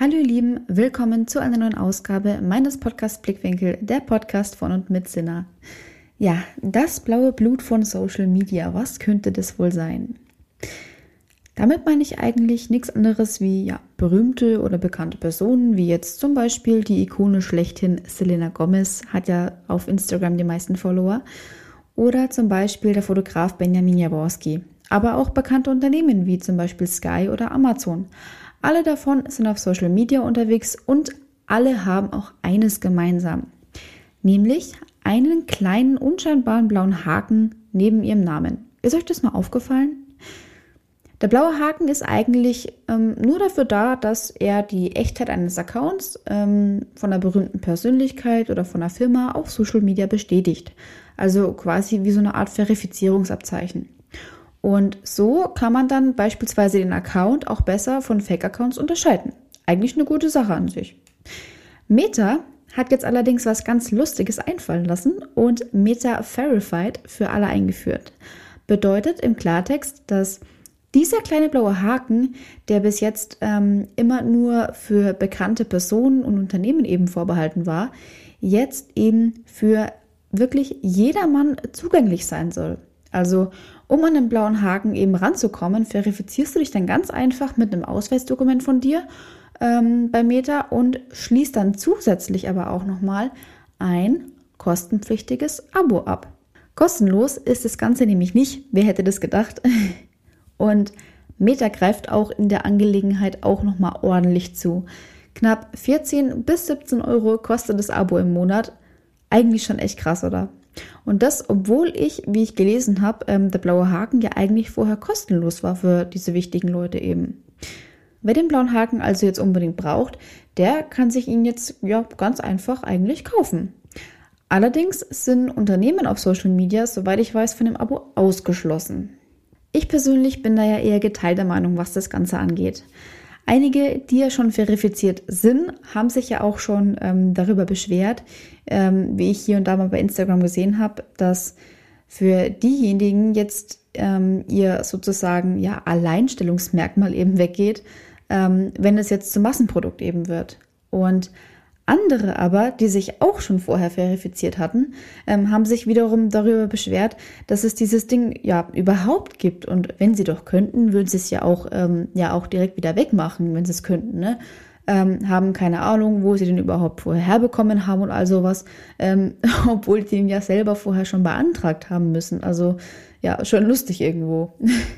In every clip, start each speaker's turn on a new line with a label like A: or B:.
A: Hallo ihr Lieben, willkommen zu einer neuen Ausgabe meines Podcasts Blickwinkel, der Podcast von und mit Sinna. Ja, das blaue Blut von Social Media, was könnte das wohl sein? Damit meine ich eigentlich nichts anderes wie berühmte oder bekannte Personen, wie jetzt zum Beispiel die Ikone schlechthin Selena Gomez, hat ja auf Instagram die meisten Follower, oder zum Beispiel der Fotograf Benjamin Jaworski, aber auch bekannte Unternehmen wie zum Beispiel Sky oder Amazon. Alle davon sind auf Social Media unterwegs und alle haben auch eines gemeinsam, nämlich einen kleinen, unscheinbaren blauen Haken neben ihrem Namen. Ist euch das mal aufgefallen? Der blaue Haken ist eigentlich nur dafür da, dass er die Echtheit eines Accounts von einer berühmten Persönlichkeit oder von einer Firma auf Social Media bestätigt. Also quasi wie so eine Art Verifizierungsabzeichen. Und so kann man dann beispielsweise den Account auch besser von Fake-Accounts unterscheiden. Eigentlich eine gute Sache an sich. Meta hat jetzt allerdings was ganz Lustiges einfallen lassen und Meta Verified für alle eingeführt. Bedeutet im Klartext, dass dieser kleine blaue Haken, der bis jetzt immer nur für bekannte Personen und Unternehmen eben vorbehalten war, jetzt eben für wirklich jedermann zugänglich sein soll. Also um an den blauen Haken eben ranzukommen, verifizierst du dich dann ganz einfach mit einem Ausweisdokument von dir bei Meta und schließt dann zusätzlich aber auch nochmal ein kostenpflichtiges Abo ab. Kostenlos ist das Ganze nämlich nicht, wer hätte das gedacht? Und Meta greift auch in der Angelegenheit auch nochmal ordentlich zu. Knapp 14 bis 17 Euro kostet das Abo im Monat. Eigentlich schon echt krass, oder? Und das, obwohl wie ich gelesen habe, der blaue Haken ja eigentlich vorher kostenlos war für diese wichtigen Leute eben. Wer den blauen Haken also jetzt unbedingt braucht, der kann sich ihn jetzt ganz einfach eigentlich kaufen. Allerdings sind Unternehmen auf Social Media, soweit ich weiß, von dem Abo ausgeschlossen. Ich persönlich bin da ja eher geteilter Meinung, was das Ganze angeht. Einige, die ja schon verifiziert sind, haben sich ja auch schon darüber beschwert, wie ich hier und da mal bei Instagram gesehen habe, dass für diejenigen jetzt ihr sozusagen Alleinstellungsmerkmal eben weggeht, wenn es jetzt zum Massenprodukt eben wird. Und andere aber, die sich auch schon vorher verifiziert hatten, haben sich wiederum darüber beschwert, dass es dieses Ding überhaupt gibt. Und wenn sie doch könnten, würden sie es ja auch direkt wieder wegmachen, wenn sie es könnten, ne? Haben keine Ahnung, wo sie den überhaupt vorher herbekommen haben und all sowas, obwohl die den ja selber vorher schon beantragt haben müssen. Also schon lustig irgendwo.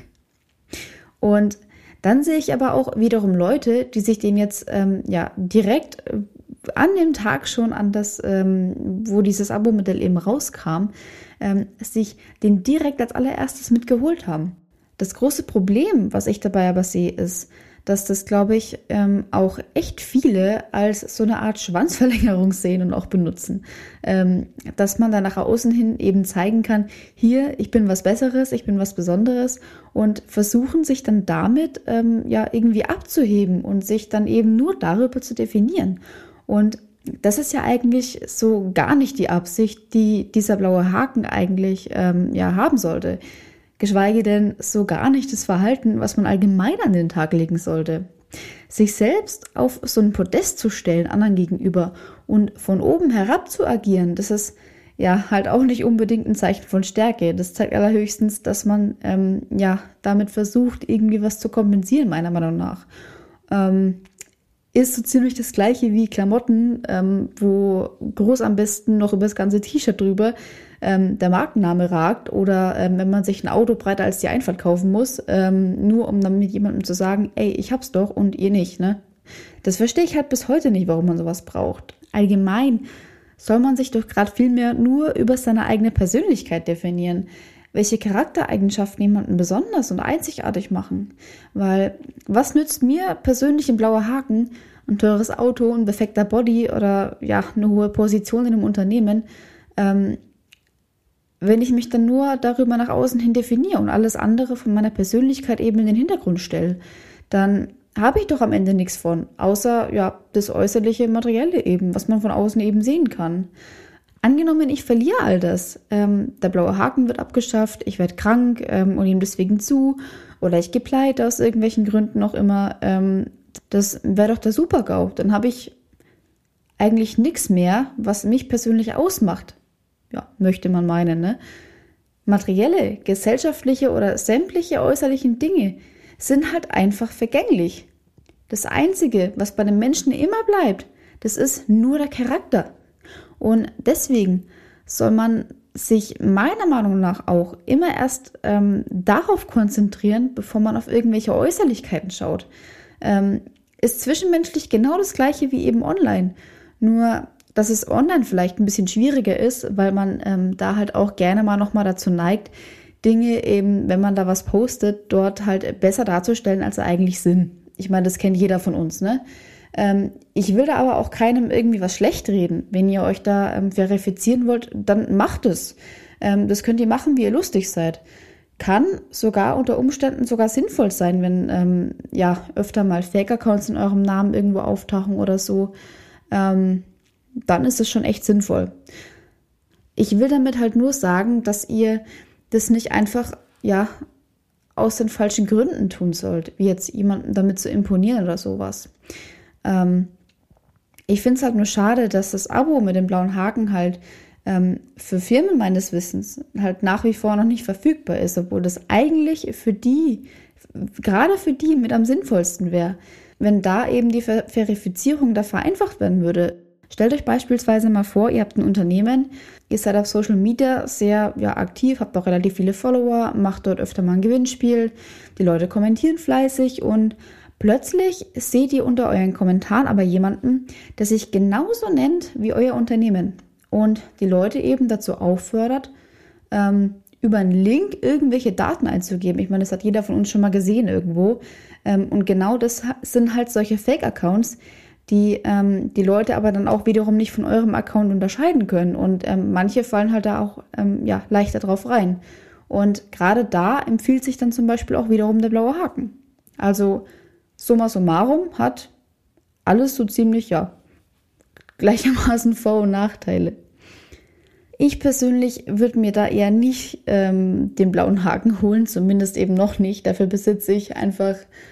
A: Und dann sehe ich aber auch wiederum Leute, die sich den jetzt direkt an dem Tag schon an das, wo dieses Abo-Modell eben rauskam, sich den direkt als allererstes mitgeholt haben. Das große Problem, was ich dabei aber sehe, ist, dass das, glaube ich, auch echt viele als so eine Art Schwanzverlängerung sehen und auch benutzen. Dass man da nach außen hin eben zeigen kann, hier, ich bin was Besseres, ich bin was Besonderes und versuchen sich dann damit irgendwie abzuheben und sich dann eben nur darüber zu definieren. Und das ist ja eigentlich so gar nicht die Absicht, die dieser blaue Haken eigentlich haben sollte. Geschweige denn so gar nicht das Verhalten, was man allgemein an den Tag legen sollte. Sich selbst auf so ein Podest zu stellen, anderen gegenüber und von oben herab zu agieren, das ist halt auch nicht unbedingt ein Zeichen von Stärke. Das zeigt allerhöchstens, dass man damit versucht, irgendwie was zu kompensieren, meiner Meinung nach. Ist so ziemlich das Gleiche wie Klamotten, wo groß am besten noch über das ganze T-Shirt drüber der Markenname ragt oder wenn man sich ein Auto breiter als die Einfahrt kaufen muss, nur um dann mit jemandem zu sagen, ey, ich hab's doch und ihr nicht, ne? Das verstehe ich halt bis heute nicht, warum man sowas braucht. Allgemein soll man sich doch gerade viel mehr nur über seine eigene Persönlichkeit definieren. Welche Charaktereigenschaften jemanden besonders und einzigartig machen. Weil was nützt mir persönlich ein blauer Haken, ein teures Auto, ein perfekter Body oder eine hohe Position in einem Unternehmen, wenn ich mich dann nur darüber nach außen hin definiere und alles andere von meiner Persönlichkeit eben in den Hintergrund stelle, dann habe ich doch am Ende nichts von, außer das äußerliche Materielle eben, was man von außen eben sehen kann. Angenommen, ich verliere all das, der blaue Haken wird abgeschafft, ich werde krank und nehme deswegen zu oder ich gehe pleite aus irgendwelchen Gründen auch immer, Das wäre doch der Super-GAU. Dann habe ich eigentlich nichts mehr, was mich persönlich ausmacht. Ja, möchte man meinen, ne? Materielle, gesellschaftliche oder sämtliche äußerlichen Dinge sind halt einfach vergänglich. Das Einzige, was bei den Menschen immer bleibt, das ist nur der Charakter. Und deswegen soll man sich meiner Meinung nach auch immer erst darauf konzentrieren, bevor man auf irgendwelche Äußerlichkeiten schaut. Ist zwischenmenschlich genau das Gleiche wie eben online. Nur, dass es online vielleicht ein bisschen schwieriger ist, weil man da halt auch gerne mal nochmal dazu neigt, Dinge eben, wenn man da was postet, dort halt besser darzustellen, als sie eigentlich sind. Ich meine, das kennt jeder von uns, ne? Ich will da aber auch keinem irgendwie was schlecht reden. Wenn ihr euch da verifizieren wollt, dann macht es. Das könnt ihr machen, wie ihr lustig seid. Kann sogar unter Umständen sogar sinnvoll sein, wenn öfter mal Fake-Accounts in eurem Namen irgendwo auftauchen oder so. Dann ist es schon echt sinnvoll. Ich will damit halt nur sagen, dass ihr das nicht einfach, aus den falschen Gründen tun sollt, wie jetzt jemandem damit zu imponieren oder sowas. Ich finde es halt nur schade, dass das Abo mit dem blauen Haken halt für Firmen meines Wissens halt nach wie vor noch nicht verfügbar ist, obwohl das eigentlich gerade für die mit am sinnvollsten wäre, wenn da eben die Verifizierung da vereinfacht werden würde. Stellt euch beispielsweise mal vor, ihr habt ein Unternehmen, ihr seid auf Social Media sehr aktiv, habt auch relativ viele Follower, macht dort öfter mal ein Gewinnspiel, die Leute kommentieren fleißig und plötzlich seht ihr unter euren Kommentaren aber jemanden, der sich genauso nennt wie euer Unternehmen und die Leute eben dazu auffordert, über einen Link irgendwelche Daten einzugeben. Ich meine, das hat jeder von uns schon mal gesehen irgendwo. Und genau das sind halt solche Fake-Accounts, die Leute aber dann auch wiederum nicht von eurem Account unterscheiden können. Und manche fallen halt da auch leichter drauf rein. Und gerade da empfiehlt sich dann zum Beispiel auch wiederum der blaue Haken. Also summa summarum hat alles so ziemlich, gleichermaßen Vor- und Nachteile. Ich persönlich würde mir da eher nicht den blauen Haken holen, zumindest eben noch nicht. Dafür besitze ich einfach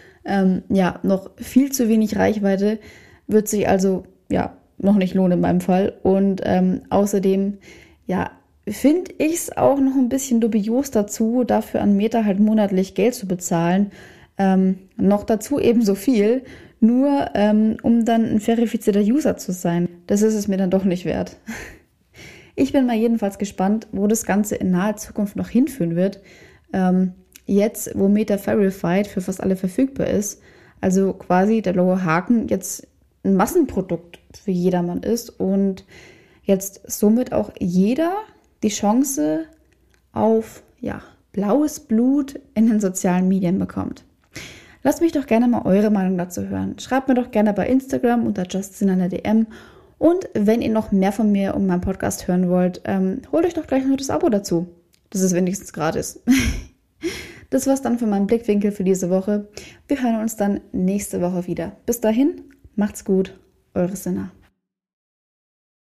A: noch viel zu wenig Reichweite. Wird sich also noch nicht lohnen in meinem Fall. Und außerdem finde ich es auch noch ein bisschen dubios dazu, dafür an Meta halt monatlich Geld zu bezahlen. Noch dazu ebenso viel, nur um dann ein verifizierter User zu sein. Das ist es mir dann doch nicht wert. Ich bin mal jedenfalls gespannt, wo das Ganze in naher Zukunft noch hinführen wird. Jetzt, wo Meta Verified für fast alle verfügbar ist, also quasi der blaue Haken jetzt ein Massenprodukt für jedermann ist und jetzt somit auch jeder die Chance auf blaues Blut in den sozialen Medien bekommt. Lasst mich doch gerne mal eure Meinung dazu hören. Schreibt mir doch gerne bei Instagram unter Justin an der DM. Und wenn ihr noch mehr von mir und meinem Podcast hören wollt, holt euch doch gleich noch das Abo dazu. Das ist wenigstens gratis. Das war's dann für meinen Blickwinkel für diese Woche. Wir hören uns dann nächste Woche wieder. Bis dahin, macht's gut, eure Sinna.